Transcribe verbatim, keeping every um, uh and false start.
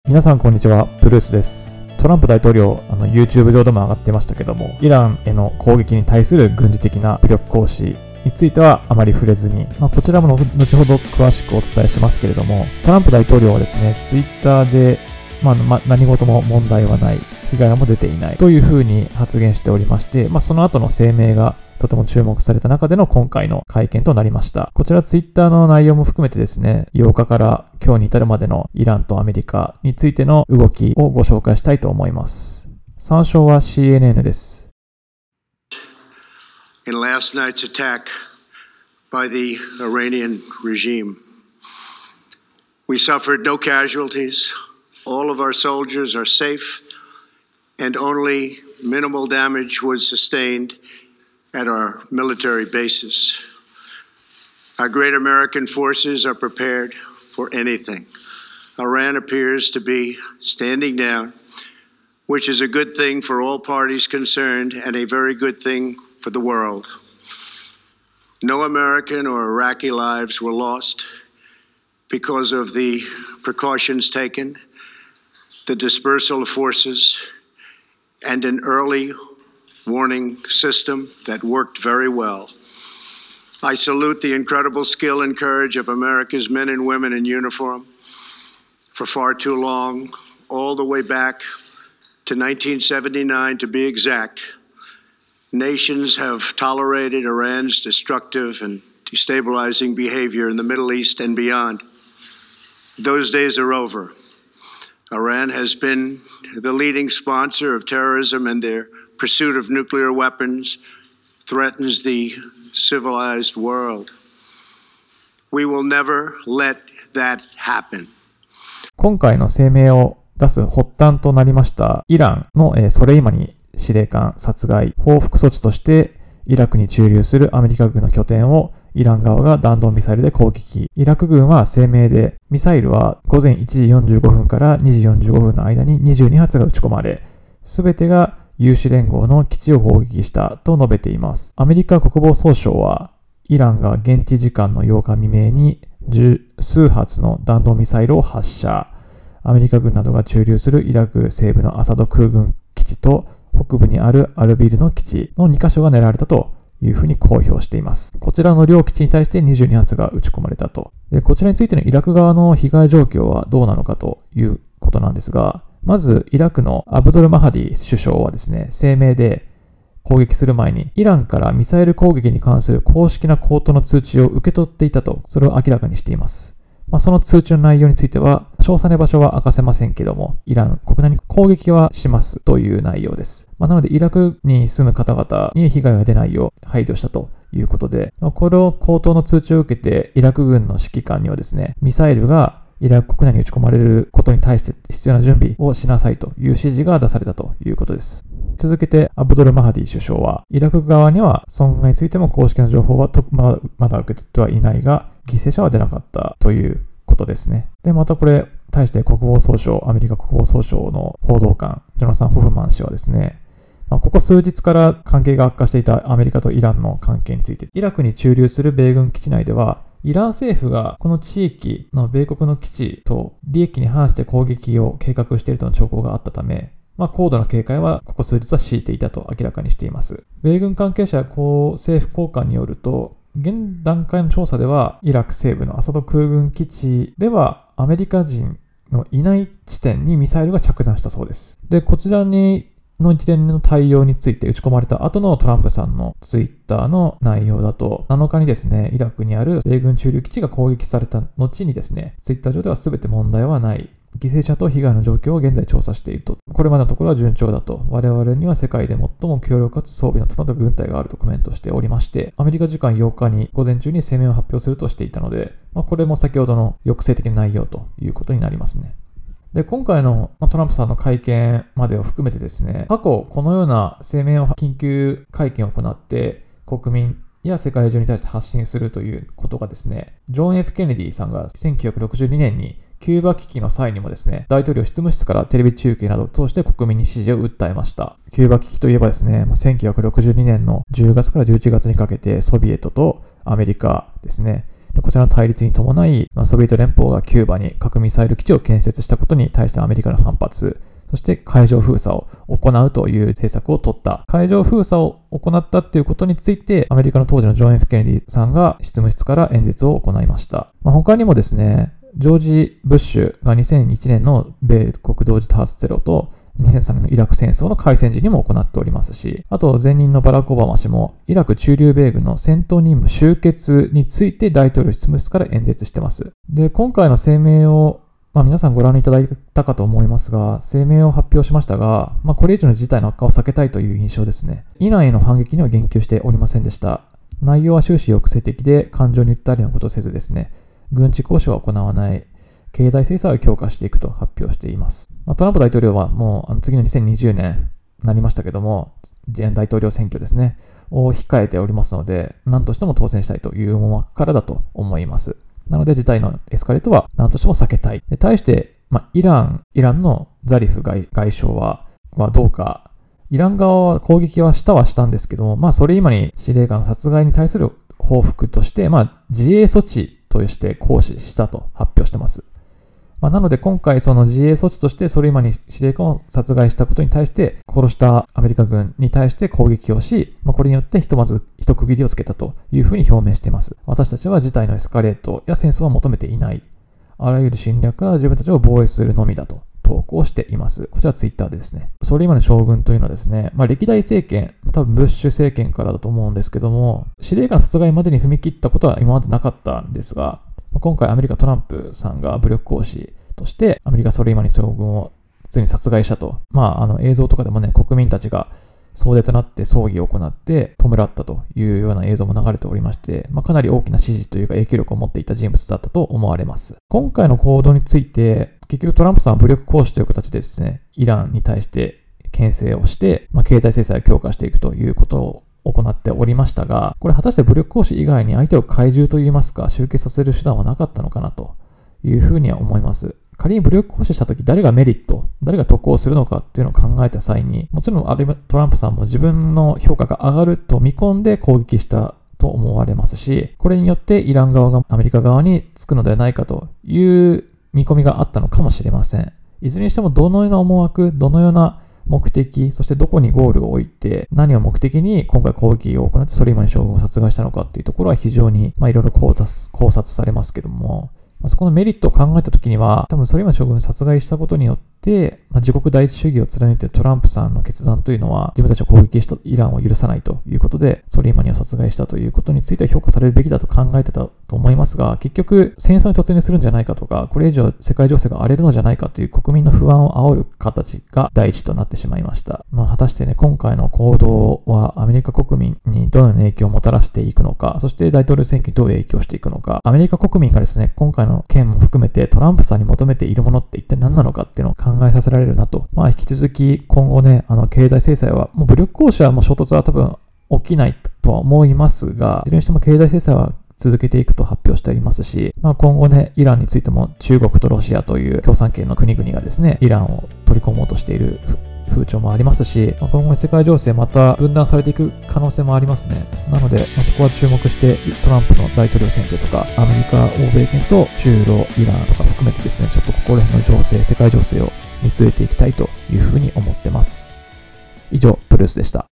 皆さんこんにちは、ブルースです。トランプ大統領、あの YouTube 上でも上がってましたけども、イランへの攻撃に対する軍事的な武力行使についてはあまり触れずに、まあ、こちらも後ほど詳しくお伝えしますけれども、トランプ大統領はですね、Twitter で、まあま、何事も問題はない、被害も出ていないというふうに発言しておりまして、まあ、その後の声明がとても注目された中での今回の会見となりました。こちらツイッターの内容も含めてですね、ようかから今日に至るまでのイランとアメリカについての動きをご紹介したいと思います。参照は シーエヌエヌ です。 In last night's attack by the Iranian regime, we suffered no casualties. All of our soldiers are safe, and only minimal damage was sustained at our military bases. Our great American forces are prepared for anything. Iran appears to be standing down, which is a good thing for all parties concerned and a very good thing for the world. No American or Iraqi lives were lost because of the precautions taken, the dispersal of forces, and an early warning system that worked very well. I salute the incredible skill and courage of America's men and women in uniform. For far too long, all the way back to nineteen seventy-nine to be exact, nations have tolerated Iran's destructive and destabilizing behavior in the Middle East and beyond. Those days are over. Iran has been the leading sponsor of terrorism, and their pursuit of nuclear weapons threatens the civilized world. We will never let that happen. 今回の声明を出す発端となりましたイランの、えー、ソレイマニ司令官殺害報復措置としてイラクに駐留するアメリカ軍の拠点をイラン側が弾道ミサイルで攻撃。イラク軍は声明でミサイルはごぜんいちじよんじゅうごふんからにじよんじゅうごふんの間ににじゅうにはつが撃ち込まれ、すべてが有志連合の基地を攻撃したと述べています。アメリカ国防総省はイランが現地時間のようか未明に十数発の弾道ミサイルを発射。アメリカ軍などが駐留するイラク西部のアサド空軍基地と北部にあるアルビルの基地のにかしょが狙われたというふうに公表しています。こちらの両基地に対してにじゅうにはつが撃ち込まれたと。で、こちらについてのイラク側の被害状況はどうなのかということなんですが、まずイラクのアブドル・マハディ首相はですね、声明で攻撃する前にイランからミサイル攻撃に関する公式な口頭の通知を受け取っていたと、それを明らかにしています。まあ、その通知の内容については詳細な場所は明かせませんけども、イラン国内に攻撃はしますという内容です。まあ、なのでイラクに住む方々に被害が出ないよう配慮したということで、これを口頭の通知を受けてイラク軍の指揮官にはですね、ミサイルがイラク国内に撃ち込まれることに対して必要な準備をしなさいという指示が出されたということです。続けてアブドル・マハディ首相は、イラク側には損害についても公式な情報はとまだ、まだ受け取ってはいないが、犠牲者は出なかったということですね。で、またこれ、対して国防総省、アメリカ国防総省の報道官、ジョナサン・ホフマン氏はですね、まあ、ここ数日から関係が悪化していたアメリカとイランの関係について、イラクに駐留する米軍基地内では、イラン政府がこの地域の米国の基地と利益に反して攻撃を計画しているとの兆候があったため、まあ、高度な警戒はここ数日は敷いていたと明らかにしています。米軍関係者や政府高官によると、現段階の調査ではイラク西部のアサド空軍基地ではアメリカ人のいない地点にミサイルが着弾したそうです。で、こちらにの一連の対応について打ち込まれた後のトランプさんのツイッターの内容だと、なのかにですね、イラクにある米軍駐留基地が攻撃された後にですね、ツイッター上では全て問題はない。犠牲者と被害の状況を現在調査していると。これまでのところは順調だと。我々には世界で最も強力かつ装備の整った軍隊があるとコメントしておりまして、アメリカ時間ようかに午前中に声明を発表するとしていたので、まあ、これも先ほどの抑制的な内容ということになりますね。で、今回のトランプさんの会見までを含めてですね、過去このような声明を緊急会見を行って国民や世界中に対して発信するということがですね、ジョン・ F ・ケネディさんがせんきゅうひゃくろくじゅうにねんにキューバ危機の際にもですね、大統領執務室からテレビ中継などを通して国民に支持を訴えました。キューバ危機といえばですね、せんきゅうひゃくろくじゅうにねんのじゅうがつからじゅういちがつにかけてソビエトとアメリカですね、 こちらの対立に伴い、まあ、ソビエト連邦がキューバに核ミサイル基地を建設したことに対してアメリカの反発、そして海上封鎖を行うという政策を取った。海上封鎖を行ったということについて、アメリカの当時のジョン・ F ・ケネディさんが執務室から演説を行いました。まあ、他にもですね、ジョージ・ブッシュがにせんいちねんの米国同時多発テロとにせんさんねんのイラク戦争の開戦時にも行っておりますし、あと前任のバラク・オバマ氏もイラク駐留米軍の戦闘任務終結について大統領執務室から演説してます。で、今回の声明をまあ、皆さんご覧いただいたかと思いますが、声明を発表しましたが、まあ、これ以上の事態の悪化を避けたいという印象ですね。イランへの反撃には言及しておりませんでした。内容は終始抑制的で、感情に訴えるようなことをせずですね、軍事行使は行わない、経済制裁を強化していくと発表しています。まあ、トランプ大統領はもうあの次のにせんにじゅうねんになりましたけども、大統領選挙ですね、を控えておりますので、何としても当選したいという思惑からだと思います。なので事態のエスカレートは何としても避けたい。対して、まあ、イラン、イランのザリフ 外, 外相は、はどうか、イラン側は攻撃はしたはしたんですけども、まあそれ今に司令官の殺害に対する報復として、まあ自衛措置として行使したと発表してます。まあ、なので今回その自衛措置としてソレイマニ司令官を殺害したことに対して殺したアメリカ軍に対して攻撃をし、まあ、これによってひとまず一区切りをつけたというふうに表明しています。私たちは事態のエスカレートや戦争は求めていない。あらゆる侵略は自分たちを防衛するのみだと投稿しています。こちらツイッターでですね。ソレイマニ将軍というのはですね、まあ、歴代政権、多分ブッシュ政権からだと思うんですけども、司令官殺害までに踏み切ったことは今までなかったんですが、今回アメリカトランプさんが武力行使としてアメリカソレイマニ将軍をついに殺害したと。まあ、あの映像とかでもね、国民たちが壮絶となって葬儀を行って弔ったというような映像も流れておりまして、まあ、かなり大きな支持というか影響力を持っていた人物だったと思われます。今回の行動について、結局トランプさんは武力行使という形でですね、イランに対して牽制をして、まあ、経済制裁を強化していくということを行っておりましたが、これ果たして武力行使以外に相手を懐柔といいますか、終結させる手段はなかったのかなというふうには思います。仮に武力行使したとき誰がメリット、誰が得をするのかっていうのを考えた際に、もちろんあれトランプさんも自分の評価が上がると見込んで攻撃したと思われますし、これによってイラン側がアメリカ側につくのではないかという見込みがあったのかもしれません。いずれにしてもどのような思惑、どのような目的、そしてどこにゴールを置いて、何を目的に今回攻撃を行ってソレイマニ将軍を殺害したのかっていうところは非常にまあいろいろ考察、考察されますけども、まあ、そこのメリットを考えたときには、多分ソレイマニ将軍を殺害したことによって、まあ、自国第一主義を貫いているトランプさんの決断というのは、自分たちを攻撃したイランを許さないということで、ソレイマニを殺害したということについては評価されるべきだと考えてたと思いますが、結局戦争に突入するんじゃないかとか、これ以上世界情勢が荒れるのじゃないかという国民の不安を煽る形が第一となってしまいました。まあ、果たしてね、今回の行動はアメリカ国民にどのような影響をもたらしていくのか、そして大統領選挙にどう影響していくのか、アメリカ国民がですね、今回の件も含めてトランプさんに求めているものって一体何なのかっていうのを考えさせられるなと。まあ引き続き今後ね、あの経済制裁は、もう武力行使はもう衝突は多分起きないとは思いますが、いずれにしても経済制裁は続けていくと発表しておりますし、まあ今後ね、イランについても中国とロシアという共産圏の国々がですね、イランを取り込もうとしている風潮もありますし、まあ、今後の世界情勢また分断されていく可能性もありますね。なので、まあ、そこは注目してトランプの大統領選挙とかアメリカ、欧米圏と中ロ、イランとか含めてですね、ちょっとここら辺の情勢、世界情勢を見据えていきたいというふうに思ってます。以上、ブルースでした。